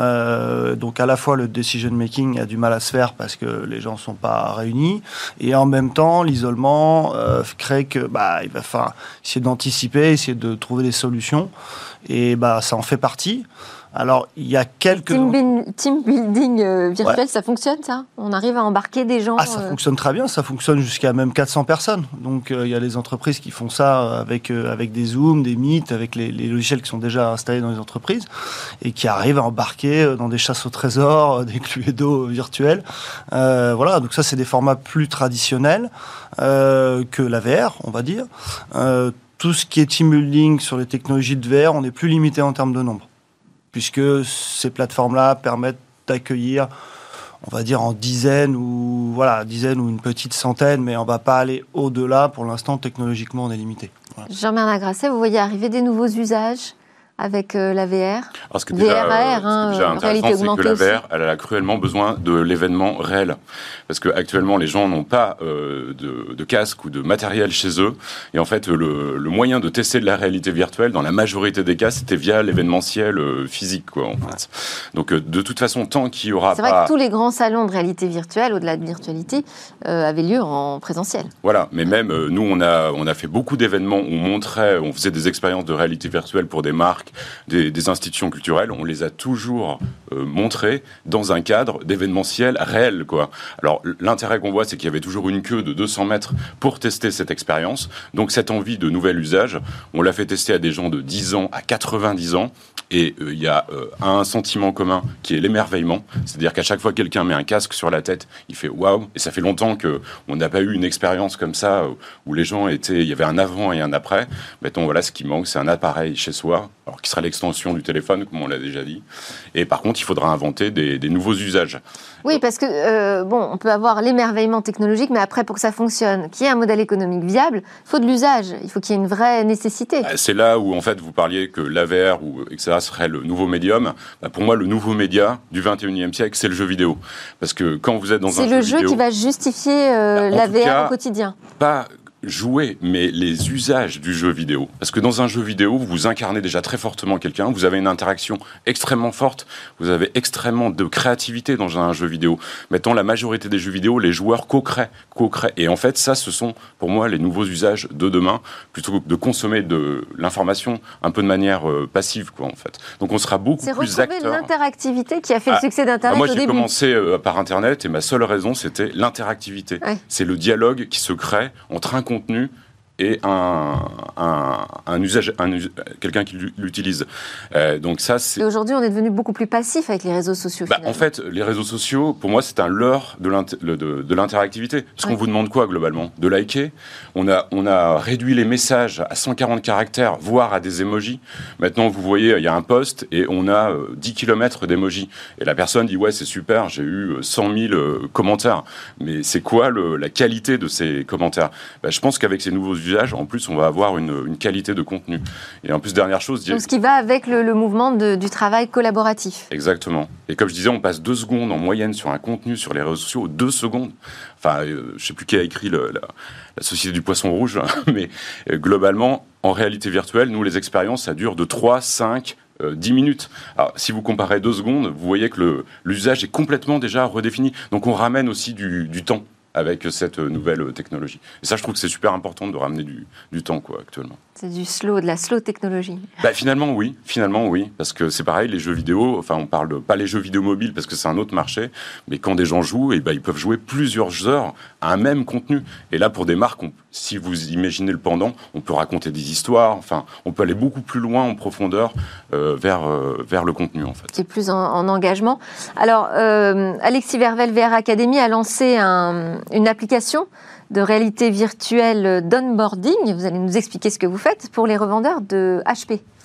Euh, donc à la fois le decision making a du mal à se faire parce que les gens ne sont pas réunis, et en même temps l'isolement euh, crée que bah, il va falloir essayer d'anticiper, essayer de trouver des solutions, et bah, ça en fait partie. Alors, il y a quelques... Team, build, team building euh, virtuel, ouais. Ça fonctionne, ça ? On arrive à embarquer des gens Ah, ça euh... fonctionne très bien. Ça fonctionne jusqu'à même quatre cents personnes. Donc, euh, il y a les entreprises qui font ça avec, euh, avec des Zooms, des Meet, avec les, les logiciels qui sont déjà installés dans les entreprises et qui arrivent à embarquer dans des chasses au trésor, des Cluedo virtuels. Euh, voilà, donc ça, c'est des formats plus traditionnels euh, que la V R, on va dire. Euh, tout ce qui est team building sur les technologies de V R, on est plus limité en termes de nombre, puisque ces plateformes-là permettent d'accueillir, on va dire, en dizaines ou, voilà, dizaines ou une petite centaine, mais on ne va pas aller au-delà. Pour l'instant, technologiquement, on est limité. Voilà. Jean-Bernard Grasset, vous voyez arriver des nouveaux usages avec euh, la V R. Alors, ce qui est déjà, V R, A R, hein, ce qui est déjà intéressant, c'est que la V R, elle a cruellement besoin de l'événement réel. Parce qu'actuellement, les gens n'ont pas euh, de, de casque ou de matériel chez eux. Et en fait, le, le moyen de tester de la réalité virtuelle, dans la majorité des cas, c'était via l'événementiel euh, physique, quoi, en fait. Donc, euh, de toute façon, tant qu'il y aura c'est pas... C'est vrai que tous les grands salons de réalité virtuelle, au-delà de virtualité, euh, avaient lieu en présentiel. Voilà, mais même euh, nous, on a, on a fait beaucoup d'événements où on montrait, on faisait des expériences de réalité virtuelle pour des marques, Des, des institutions culturelles, on les a toujours euh, montrées dans un cadre d'événementiel réel, quoi. Alors, l'intérêt qu'on voit, c'est qu'il y avait toujours une queue de deux cents mètres pour tester cette expérience. Donc, cette envie de nouvel usage, on l'a fait tester à des gens de dix ans à quatre-vingt-dix ans. Et il euh, y a euh, un sentiment commun qui est l'émerveillement. C'est-à-dire qu'à chaque fois que quelqu'un met un casque sur la tête, il fait waouh. Et ça fait longtemps qu'on n'a pas eu une expérience comme ça euh, où les gens étaient. Il y avait un avant et un après. Mettons, voilà, ce qui manque, c'est un appareil chez soi, alors qui sera l'extension du téléphone, comme on l'a déjà dit. Et par contre, il faudra inventer des, des nouveaux usages. Oui, parce que euh, bon, on peut avoir l'émerveillement technologique, mais après, pour que ça fonctionne, qu'il y ait un modèle économique viable, il faut de l'usage. Il faut qu'il y ait une vraie nécessité. C'est là où, en fait, vous parliez que l'A V R ou et cetera serait le nouveau médium. Bah, pour moi, le nouveau média du vingt et unième siècle, c'est le jeu vidéo. Parce que quand vous êtes dans c'est un jeu vidéo... C'est le jeu qui va justifier euh, bah, la V R cas, au quotidien. Pas... jouer, mais les usages du jeu vidéo. Parce que dans un jeu vidéo, vous incarnez déjà très fortement quelqu'un, vous avez une interaction extrêmement forte, vous avez extrêmement de créativité dans un jeu vidéo. Mettons, la majorité des jeux vidéo, les joueurs co-créent, co-créent. Et en fait, ça, ce sont, pour moi, les nouveaux usages de demain, plutôt que de consommer de l'information un peu de manière euh, passive, quoi, en fait. Donc, on sera beaucoup c'est plus acteurs. C'est l'interactivité qui a fait ah, le succès d'Internet bah moi, au début. Moi, j'ai commencé euh, par Internet, et ma seule raison, c'était l'interactivité. Ouais. C'est le dialogue qui se crée entre un contenu et un, un, un usage, un, quelqu'un qui l'utilise. Euh, donc ça, c'est... Et aujourd'hui, on est devenu beaucoup plus passif avec les réseaux sociaux. Bah, en fait, les réseaux sociaux, pour moi, c'est un leurre de, l'inter, de, de l'interactivité. Parce ouais. qu'on vous demande quoi, globalement ? De liker. On a, on a réduit les messages à cent quarante caractères, voire à des emojis. Maintenant, vous voyez, il y a un post et on a euh, dix kilomètres d'emojis. Et la personne dit, ouais, c'est super, j'ai eu cent mille euh, commentaires. Mais c'est quoi le, la qualité de ces commentaires ? Bah, je pense qu'avec ces nouveaux usages, en plus, on va avoir une, une qualité de contenu. Et en plus, dernière chose... Donc, ce qui va avec le, le mouvement de, du travail collaboratif. Exactement. Et comme je disais, on passe deux secondes en moyenne sur un contenu sur les réseaux sociaux, deux secondes. Enfin, euh, je ne sais plus qui a écrit le, la, la Société du Poisson Rouge, mais euh, globalement, en réalité virtuelle, nous, les expériences, ça dure de trois, cinq, euh, dix minutes. Alors, si vous comparez deux secondes, vous voyez que le, l'usage est complètement déjà redéfini. Donc, on ramène aussi du, du temps avec cette nouvelle technologie. Et ça, je trouve que c'est super important de ramener du, du temps, quoi, actuellement. C'est du slow, de la slow technologie. Bah, finalement, oui. Finalement, oui. Parce que c'est pareil, les jeux vidéo, enfin, on parle de, pas les jeux vidéo mobiles parce que c'est un autre marché, mais quand des gens jouent, et bah, ils peuvent jouer plusieurs heures à un même contenu. Et là, pour des marques, on, si vous imaginez le pendant, on peut raconter des histoires, enfin, on peut aller beaucoup plus loin en profondeur euh, vers, euh, vers le contenu, en fait. C'est plus en, en engagement. Alors, euh, Alexis Vervel, V R Academy, a lancé un, une application de réalité virtuelle d'onboarding. Vous allez nous expliquer ce que vous faites pour les revendeurs de H P,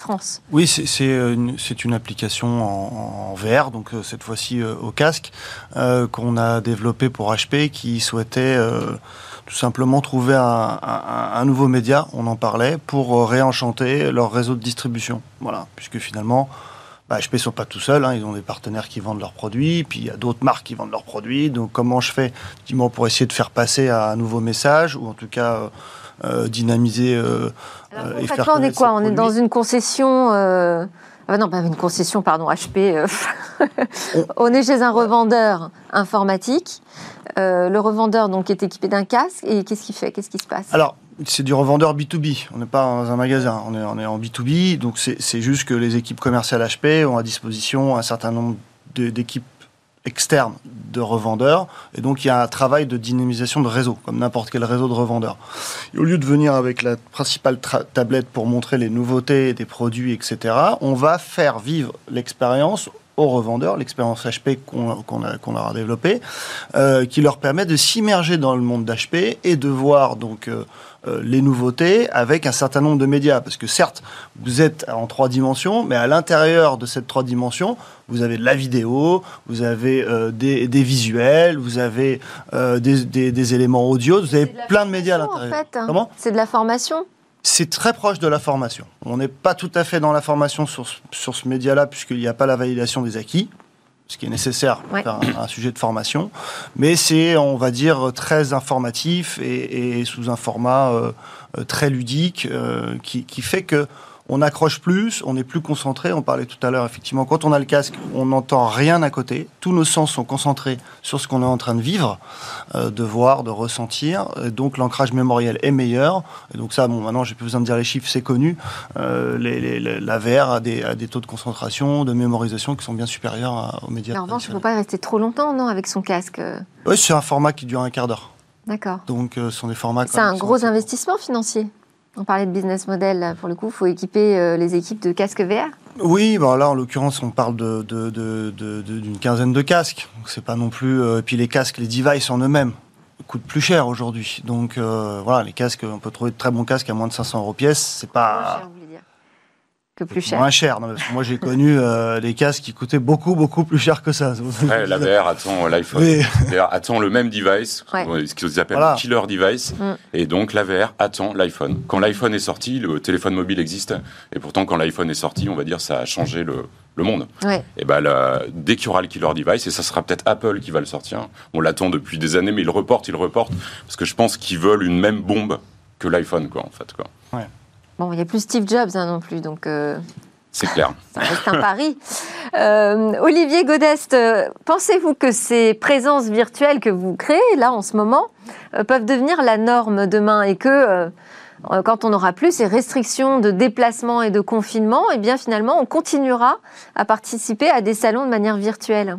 France. Oui, c'est, c'est, une, c'est une application en, en V R, donc euh, cette fois-ci euh, au casque, euh, qu'on a développé pour H P, qui souhaitait euh, tout simplement trouver un, un, un nouveau média, on en parlait, pour euh, réenchanter leur réseau de distribution. Voilà, puisque finalement, bah, H P ne sont pas tout seuls, hein, ils ont des partenaires qui vendent leurs produits, puis il y a d'autres marques qui vendent leurs produits. Donc comment je fais, dis-moi, pour essayer de faire passer un nouveau message, ou en tout cas euh, euh, dynamiser euh, Alors, euh, et faire faire on est connaître quoi ces On est produits. dans une concession... Euh... Ah non, pas une concession, pardon, H P. Euh... on est chez un revendeur informatique. Euh, le revendeur donc est équipé d'un casque. Et qu'est-ce qu'il fait Qu'est-ce qui se passe? Alors, c'est du revendeur B to B. On n'est pas dans un magasin. On est, on est en B to B. Donc, c'est, c'est juste que les équipes commerciales H P ont à disposition un certain nombre de, d'équipes externes de revendeurs. Et donc, il y a un travail de dynamisation de réseau, comme n'importe quel réseau de revendeurs. Et au lieu de venir avec la principale tra- tablette pour montrer les nouveautés des produits, et cetera, on va faire vivre l'expérience aux revendeurs, l'expérience H P qu'on, qu'on, a, qu'on a développée, euh, qui leur permet de s'immerger dans le monde d'H P et de voir donc euh, euh, les nouveautés avec un certain nombre de médias. Parce que certes, vous êtes en trois dimensions, mais à l'intérieur de cette trois dimensions, vous avez de la vidéo, vous avez euh, des, des visuels, vous avez euh, des, des, des éléments audio, vous avez de plein de médias à l'intérieur. En fait, hein. Comment ? C'est de la formation. C'est très proche de la formation. On n'est pas tout à fait dans la formation sur, sur ce média-là, puisqu'il n'y a pas la validation des acquis, ce qui est nécessaire pour Ouais. faire un, un sujet de formation. Mais c'est, on va dire, très informatif et, et sous un format euh, euh, très ludique, euh, qui, qui fait que on accroche plus, on est plus concentré. On parlait tout à l'heure, effectivement, quand on a le casque, on n'entend rien à côté. Tous nos sens sont concentrés sur ce qu'on est en train de vivre, euh, de voir, de ressentir. Et donc, l'ancrage mémoriel est meilleur. Et donc ça, bon, maintenant, j'ai plus besoin de dire les chiffres, c'est connu. Euh, les, les, les, la V R a des, a des taux de concentration, de mémorisation qui sont bien supérieurs à, aux médias. Mais en revanche, il ne faut traditionnels. pas rester trop longtemps, non, avec son casque. Oui, c'est un format qui dure un quart d'heure. D'accord. Donc, euh, ce sont des formats... C'est un gros investissement financier. On parlait de business model, là, pour le coup, il faut équiper euh, les équipes de casques V R. Oui, bah là en l'occurrence on parle de, de, de, de, de, d'une quinzaine de casques. Donc c'est pas non plus. Euh, et puis les casques, les devices en eux-mêmes coûtent plus cher aujourd'hui. Donc euh, voilà, les casques, on peut trouver de très bons casques à moins de cinq cents euros pièce. C'est Moins pas cher, vous voulez dire. Que plus cher. moins cher. Non, parce que moi j'ai connu euh, des casques qui coûtaient beaucoup beaucoup plus cher que ça. Ouais, la V R attend l'iPhone. Oui. C'est-à-dire attend le même device, Ouais. ce qu'ils appellent Voilà. killer device, Mm. et donc la V R attend l'iPhone. Quand l'iPhone est sorti, le téléphone mobile existe, et pourtant quand l'iPhone est sorti, on va dire ça a changé le, le monde. Ouais. Et ben là, dès qu'il y aura le killer device, et ça sera peut-être Apple qui va le sortir, on l'attend depuis des années, mais ils le reportent, ils le reportent, parce que je pense qu'ils veulent une même bombe que l'iPhone, quoi, en fait, quoi. Bon, il n'y a plus Steve Jobs hein, non plus, donc euh, C'est clair. ça reste un pari. Euh, Olivier Godest, euh, pensez-vous que ces présences virtuelles que vous créez là en ce moment euh, peuvent devenir la norme demain et que euh, quand on n'aura plus ces restrictions de déplacement et de confinement, eh bien finalement on continuera à participer à des salons de manière virtuelle?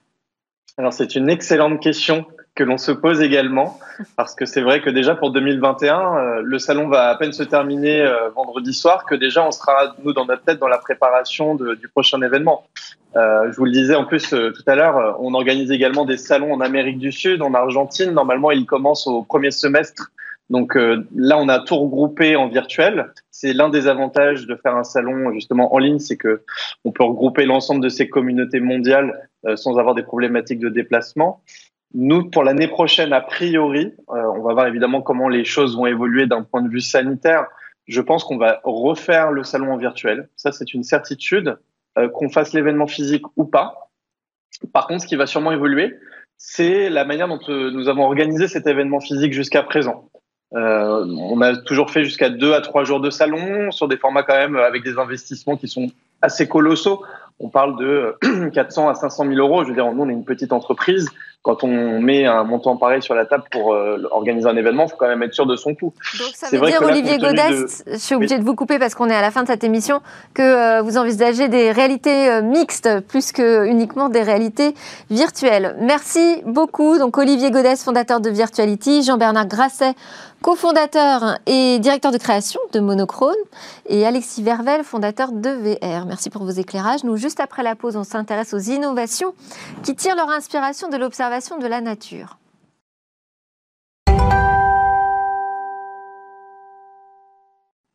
Alors c'est une excellente question que l'on se pose également, parce que c'est vrai que déjà pour deux mille vingt et un, euh, le salon va à peine se terminer euh, vendredi soir, que déjà on sera, nous, dans notre tête, dans la préparation de, du prochain événement. Euh, je vous le disais en plus euh, tout à l'heure, euh, on organise également des salons en Amérique du Sud, en Argentine. Normalement, ils commencent au premier semestre. Donc euh, là, on a tout regroupé en virtuel. C'est l'un des avantages de faire un salon justement en ligne, c'est que on peut regrouper l'ensemble de ces communautés mondiales euh, sans avoir des problématiques de déplacement. Nous, pour l'année prochaine, a priori, euh, on va voir évidemment comment les choses vont évoluer d'un point de vue sanitaire. Je pense qu'on va refaire le salon en virtuel. Ça, c'est une certitude, euh, qu'on fasse l'événement physique ou pas. Par contre, ce qui va sûrement évoluer, c'est la manière dont euh, nous avons organisé cet événement physique jusqu'à présent. Euh, on a toujours fait jusqu'à deux à trois jours de salon, sur des formats quand même avec des investissements qui sont assez colossaux. On parle de quatre cents à cinq cent mille euros. Je veux dire, nous, on est une petite entreprise. Quand on met un montant pareil sur la table pour euh, organiser un événement, il faut quand même être sûr de son coût. Donc ça C'est veut vrai dire, que là, Olivier compte tenu Godest, de- je suis obligée Oui. de vous couper parce qu'on est à la fin de cette émission, que euh, vous envisagez des réalités euh, mixtes plus que uniquement des réalités virtuelles. Merci beaucoup. Donc Olivier Godest, fondateur de Virtuality, Jean-Bernard Grasset, cofondateur et directeur de création de Monochrome, et Alexis Vervel, fondateur de V R. Merci pour vos éclairages. Nous, juste après la pause, on s'intéresse aux innovations qui tirent leur inspiration de l'observation de la nature.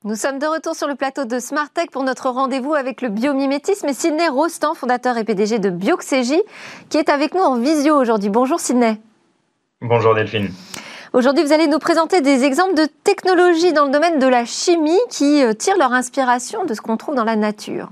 Nous sommes de retour sur le plateau de Smart Tech pour notre rendez-vous avec le biomimétisme et Sidney Rostand, fondateur et P D G de Bioxégie, qui est avec nous en visio aujourd'hui. Bonjour Sidney. Bonjour Delphine. Aujourd'hui, vous allez nous présenter des exemples de technologies dans le domaine de la chimie qui tirent leur inspiration de ce qu'on trouve dans la nature.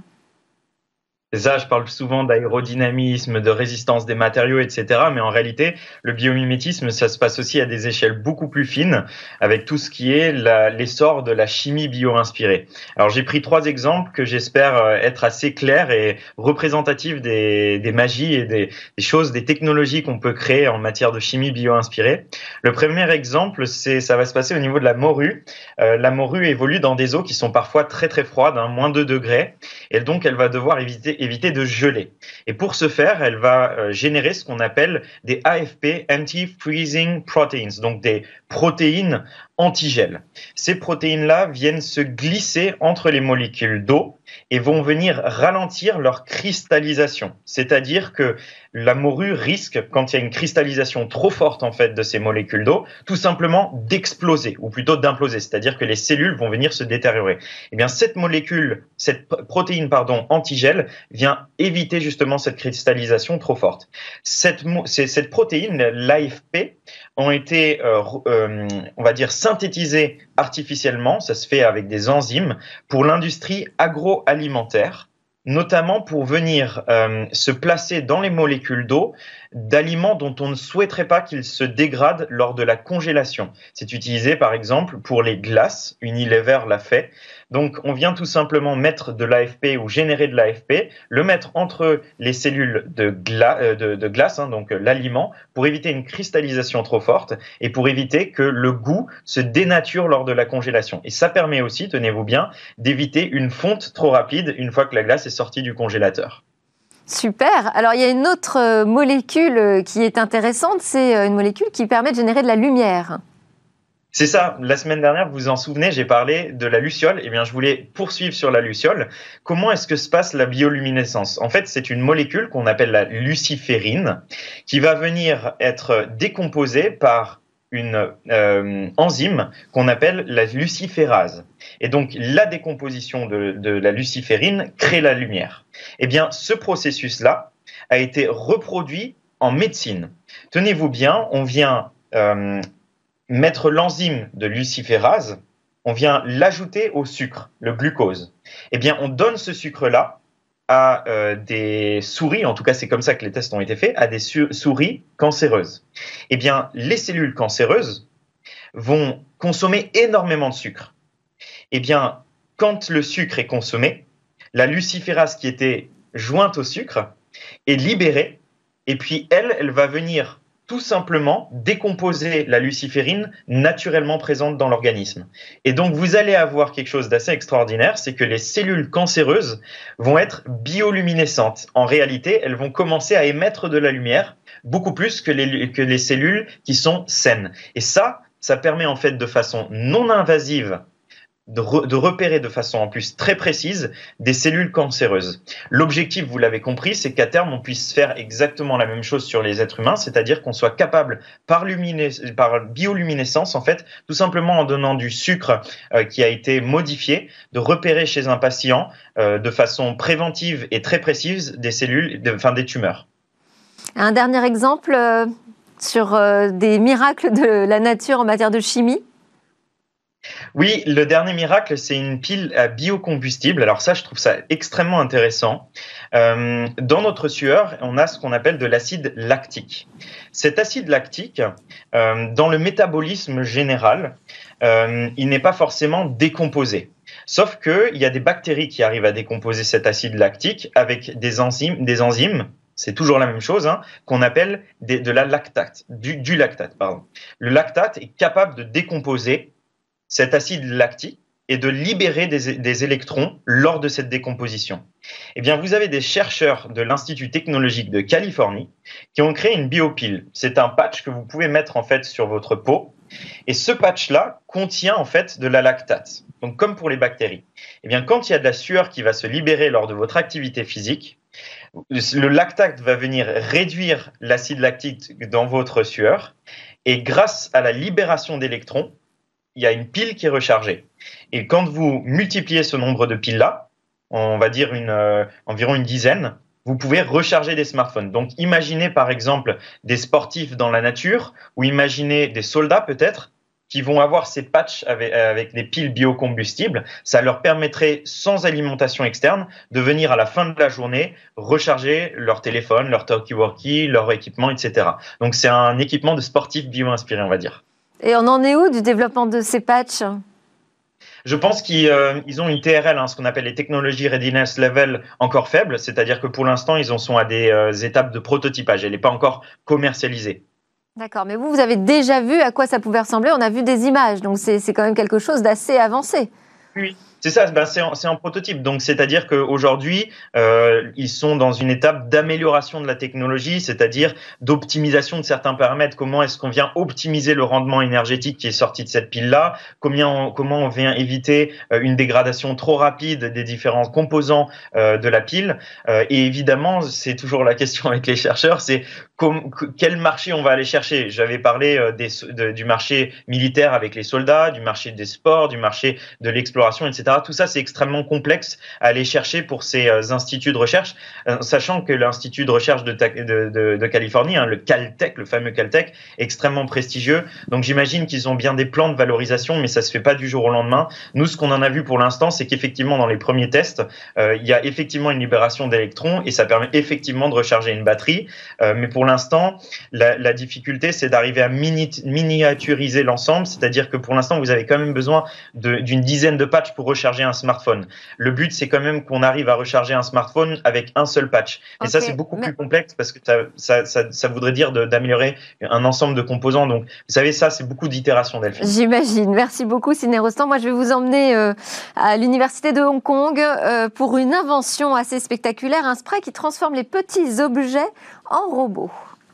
C'est ça, je parle souvent d'aérodynamisme, de résistance des matériaux, et cetera. Mais en réalité, le biomimétisme, ça se passe aussi à des échelles beaucoup plus fines, avec tout ce qui est la, l'essor de la chimie bio-inspirée. Alors, j'ai pris trois exemples que j'espère être assez clairs et représentatifs des, des magies et des, des choses, des technologies qu'on peut créer en matière de chimie bio-inspirée. Le premier exemple, c'est, ça va se passer au niveau de la morue. Euh, la morue évolue dans des eaux qui sont parfois très très froides, hein, moins deux degrés, et donc elle va devoir éviter éviter de geler. Et pour ce faire, elle va euh, générer ce qu'on appelle des A F P, Anti-Freezing Proteins, donc des protéines anti-gel. Ces protéines-là viennent se glisser entre les molécules d'eau et vont venir ralentir leur cristallisation. C'est-à-dire que la morue risque, quand il y a une cristallisation trop forte en fait de ces molécules d'eau, tout simplement d'exploser, ou plutôt d'imploser. C'est-à-dire que les cellules vont venir se détériorer. Eh bien, cette molécule, cette protéine, pardon, anti-gel, vient éviter justement cette cristallisation trop forte. Cette, cette protéine, l'A F P, ont été, euh, euh, on va dire, synthétisées artificiellement, ça se fait avec des enzymes, pour l'industrie agroalimentaire, notamment pour venir euh, se placer dans les molécules d'eau d'aliments dont on ne souhaiterait pas qu'ils se dégradent lors de la congélation. C'est utilisé par exemple pour les glaces, Unilever l'a fait. Donc on vient tout simplement mettre de l'A F P ou générer de l'A F P, le mettre entre les cellules de, gla- euh, de, de glace, hein, donc euh, l'aliment, pour éviter une cristallisation trop forte et pour éviter que le goût se dénature lors de la congélation. Et ça permet aussi, tenez-vous bien, d'éviter une fonte trop rapide une fois que la glace est sortie du congélateur. Super. Alors, il y a une autre molécule qui est intéressante, c'est une molécule qui permet de générer de la lumière. C'est ça. La semaine dernière, vous vous en souvenez, j'ai parlé de la luciole. Eh bien, je voulais poursuivre sur la luciole. Comment est-ce que se passe la bioluminescence ? En fait, c'est une molécule qu'on appelle la luciférine qui va venir être décomposée par une euh, enzyme qu'on appelle la luciférase. Et donc, la décomposition de, de la luciférine crée la lumière. Eh bien, ce processus-là a été reproduit en médecine. Tenez-vous bien, on vient euh, mettre l'enzyme de luciférase, on vient l'ajouter au sucre, le glucose. Eh bien, on donne ce sucre-là à euh, des souris, en tout cas c'est comme ça que les tests ont été faits, à des su- souris cancéreuses. Eh bien, les cellules cancéreuses vont consommer énormément de sucre. Eh bien, quand le sucre est consommé, la luciférase qui était jointe au sucre est libérée, et puis elle, elle va venir tout simplement décomposer la luciférine naturellement présente dans l'organisme. Et donc, vous allez avoir quelque chose d'assez extraordinaire, c'est que les cellules cancéreuses vont être bioluminescentes. En réalité, elles vont commencer à émettre de la lumière, beaucoup plus que les, que les cellules qui sont saines. Et ça, ça permet en fait de façon non invasive De, re, de repérer de façon en plus très précise des cellules cancéreuses. L'objectif, vous l'avez compris, c'est qu'à terme, on puisse faire exactement la même chose sur les êtres humains, c'est-à-dire qu'on soit capable, par, luminé- par bioluminescence, en fait, tout simplement en donnant du sucre euh, qui a été modifié, de repérer chez un patient euh, de façon préventive et très précise des cellules, de, enfin des tumeurs. Un dernier exemple euh, sur euh, des miracles de la nature en matière de chimie. Oui, le dernier miracle, c'est une pile à biocombustible. Alors ça, je trouve ça extrêmement intéressant. Euh, dans notre sueur, on a ce qu'on appelle de l'acide lactique. Cet acide lactique, euh, dans le métabolisme général, euh, il n'est pas forcément décomposé. Sauf qu'il y a des bactéries qui arrivent à décomposer cet acide lactique avec des enzymes, des enzymes c'est toujours la même chose, hein, qu'on appelle des, de la lactate, du, du lactate. Pardon. Le lactate est capable de décomposer cet acide lactique et de libérer des, des électrons lors de cette décomposition. Eh bien, vous avez des chercheurs de l'Institut technologique de Californie qui ont créé une biopile. C'est un patch que vous pouvez mettre en fait sur votre peau, et ce patch-là contient en fait de la lactate. Donc, comme pour les bactéries. Eh bien, quand il y a de la sueur qui va se libérer lors de votre activité physique, le lactate va venir réduire l'acide lactique dans votre sueur, et grâce à la libération d'électrons, il y a une pile qui est rechargée. Et quand vous multipliez ce nombre de piles-là, on va dire une, euh, environ une dizaine, vous pouvez recharger des smartphones. Donc, imaginez par exemple des sportifs dans la nature ou imaginez des soldats peut-être qui vont avoir ces patchs avec, avec des piles biocombustibles. Ça leur permettrait, sans alimentation externe, de venir à la fin de la journée recharger leur téléphone, leur talkie-walkie, leur équipement, et cetera. Donc, c'est un équipement de sportifs bio-inspirés, on va dire. Et on en est où du développement de ces patchs ? Je pense qu'ils euh, ils ont une T R L, hein, ce qu'on appelle les Technology Readiness Level, encore faible, c'est-à-dire que pour l'instant, ils en sont à des euh, étapes de prototypage. Elle n'est pas encore commercialisée. D'accord, mais vous, vous avez déjà vu à quoi ça pouvait ressembler. On a vu des images, donc c'est, c'est quand même quelque chose d'assez avancé. Oui. C'est ça, ben c'est, en, c'est en prototype. Donc, c'est-à-dire qu'aujourd'hui, euh, ils sont dans une étape d'amélioration de la technologie, c'est-à-dire d'optimisation de certains paramètres. Comment est-ce qu'on vient optimiser le rendement énergétique qui est sorti de cette pile-là ? Comment on, comment on vient éviter euh, une dégradation trop rapide des différents composants euh, de la pile ? euh, Et évidemment, c'est toujours la question avec les chercheurs, c'est com- quel marché on va aller chercher ? J'avais parlé euh, des, de, du marché militaire avec les soldats, du marché des sports, du marché de l'exploration, et cetera. Tout ça, c'est extrêmement complexe à aller chercher pour ces euh, instituts de recherche, euh, sachant que l'Institut de recherche de, ta- de, de, de Californie, hein, le Caltech, le fameux Caltech, est extrêmement prestigieux. Donc, j'imagine qu'ils ont bien des plans de valorisation, mais ça se fait pas du jour au lendemain. Nous, ce qu'on en a vu pour l'instant, c'est qu'effectivement, dans les premiers tests, euh, il y a effectivement une libération d'électrons et ça permet effectivement de recharger une batterie. Euh, mais pour l'instant, la, la difficulté, c'est d'arriver à mini- miniaturiser l'ensemble, c'est-à-dire que pour l'instant, vous avez quand même besoin de, d'une dizaine de patchs pour recharger un smartphone. Le but, c'est quand même qu'on arrive à recharger un smartphone avec un seul patch. Et okay, ça, c'est beaucoup mais... plus complexe parce que ça, ça, ça, ça voudrait dire de, d'améliorer un ensemble de composants. Donc, vous savez, ça, c'est beaucoup d'itérations, Delphine. J'imagine. Merci beaucoup, Sidney Rostand. Moi, je vais vous emmener euh, à l'université de Hong Kong euh, pour une invention assez spectaculaire, un spray qui transforme les petits objets en robots.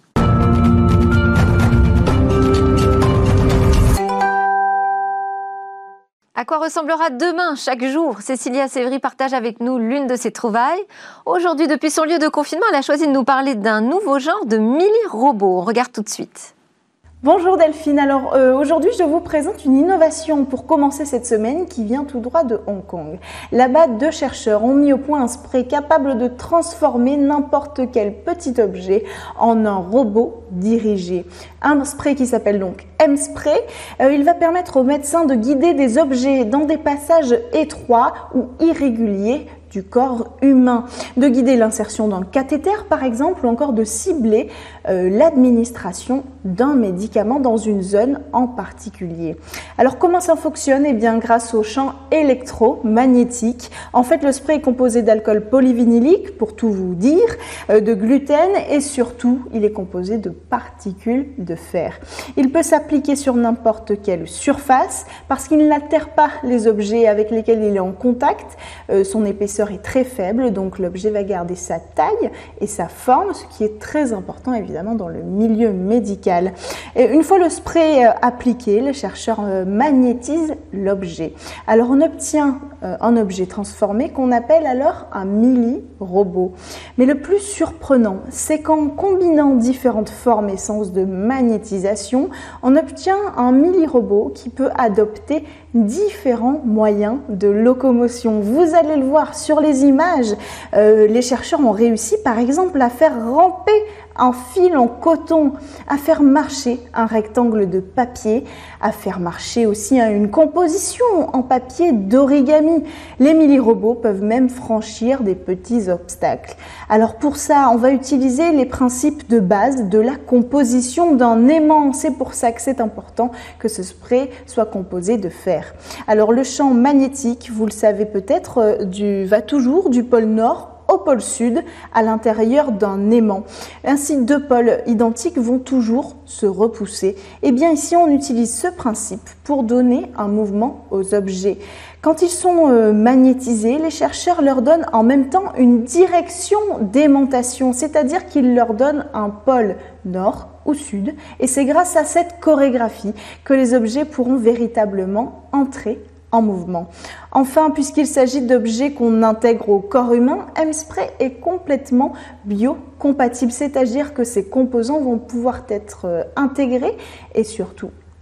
À quoi ressemblera demain, chaque jour ? Cécilia Sévry partage avec nous l'une de ses trouvailles. Aujourd'hui, depuis son lieu de confinement, elle a choisi de nous parler d'un nouveau genre de mini-robot. On regarde tout de suite. Bonjour Delphine, alors euh, aujourd'hui je vous présente une innovation pour commencer cette semaine qui vient tout droit de Hong Kong. Là-bas, deux chercheurs ont mis au point un spray capable de transformer n'importe quel petit objet en un robot dirigé. Un spray qui s'appelle donc M-Spray. Euh, il va permettre aux médecins de guider des objets dans des passages étroits ou irréguliers du corps humain, de guider l'insertion dans le cathéter par exemple, ou encore de cibler euh, l'administration d'un médicament dans une zone en particulier. Alors comment ça fonctionne ? Eh bien grâce au champ électromagnétique. En fait, le spray est composé d'alcool polyvinylique, pour tout vous dire, euh, de gluten et surtout, il est composé de particules de fer. Il peut s'appliquer sur n'importe quelle surface parce qu'il n'altère pas les objets avec lesquels il est en contact. Euh, son épaisseur est très faible, donc l'objet va garder sa taille et sa forme, ce qui est très important évidemment dans le milieu médical. Et une fois le spray euh, appliqué, les chercheurs euh, magnétisent l'objet. Alors on obtient euh, un objet transformé qu'on appelle alors un mini-robot. Mais le plus surprenant, c'est qu'en combinant différentes formes et sens de magnétisation, on obtient un mini-robot qui peut adopter différents moyens de locomotion. Vous allez le voir sur les images, euh, les chercheurs ont réussi par exemple à faire ramper un fil en coton, à faire marcher un rectangle de papier, à faire marcher aussi une composition en papier d'origami. Les mini-robots peuvent même franchir des petits obstacles. Alors pour ça, on va utiliser les principes de base de la composition d'un aimant. C'est pour ça que c'est important que ce spray soit composé de fer. Alors le champ magnétique, vous le savez peut-être, du, va toujours du pôle nord au pôle sud, à l'intérieur d'un aimant. Ainsi, deux pôles identiques vont toujours se repousser. Et bien ici, on utilise ce principe pour donner un mouvement aux objets. Quand ils sont euh, magnétisés, les chercheurs leur donnent en même temps une direction d'aimantation, c'est-à-dire qu'ils leur donnent un pôle nord ou sud. Et c'est grâce à cette chorégraphie que les objets pourront véritablement entrer en mouvement. Enfin, puisqu'il s'agit d'objets qu'on intègre au corps humain, M-Spray est complètement biocompatible, c'est-à-dire que ces composants vont pouvoir être intégrés et surtout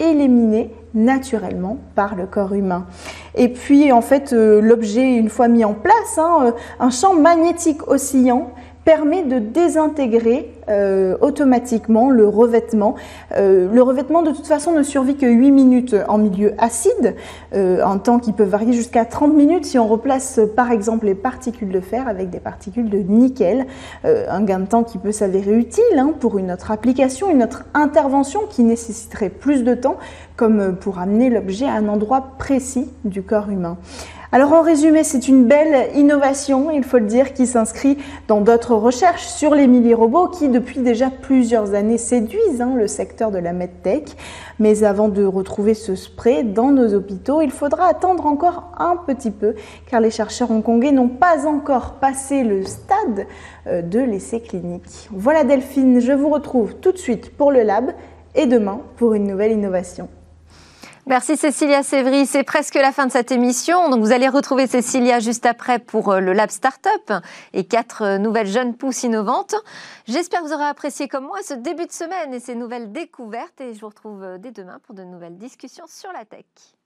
éliminés naturellement par le corps humain. Et puis en fait euh, l'objet, une fois mis en place, hein, euh, un champ magnétique oscillant permet de désintégrer euh, automatiquement le revêtement. Euh, le revêtement de toute façon ne survit que huit minutes en milieu acide, euh, un temps qui peut varier jusqu'à trente minutes si on replace par exemple les particules de fer avec des particules de nickel, euh, un gain de temps qui peut s'avérer utile hein, pour une autre application, une autre intervention qui nécessiterait plus de temps, comme pour amener l'objet à un endroit précis du corps humain. Alors en résumé, c'est une belle innovation, il faut le dire, qui s'inscrit dans d'autres recherches sur les milli-robots qui depuis déjà plusieurs années séduisent hein, le secteur de la medtech. Mais avant de retrouver ce spray dans nos hôpitaux, il faudra attendre encore un petit peu car les chercheurs hongkongais n'ont pas encore passé le stade de l'essai clinique. Voilà Delphine, je vous retrouve tout de suite pour le lab et demain pour une nouvelle innovation. Merci Cécilia Sévry, c'est presque la fin de cette émission. Donc vous allez retrouver Cécilia juste après pour le Lab Startup et quatre nouvelles jeunes pousses innovantes. J'espère que vous aurez apprécié comme moi ce début de semaine et ces nouvelles découvertes et je vous retrouve dès demain pour de nouvelles discussions sur la tech.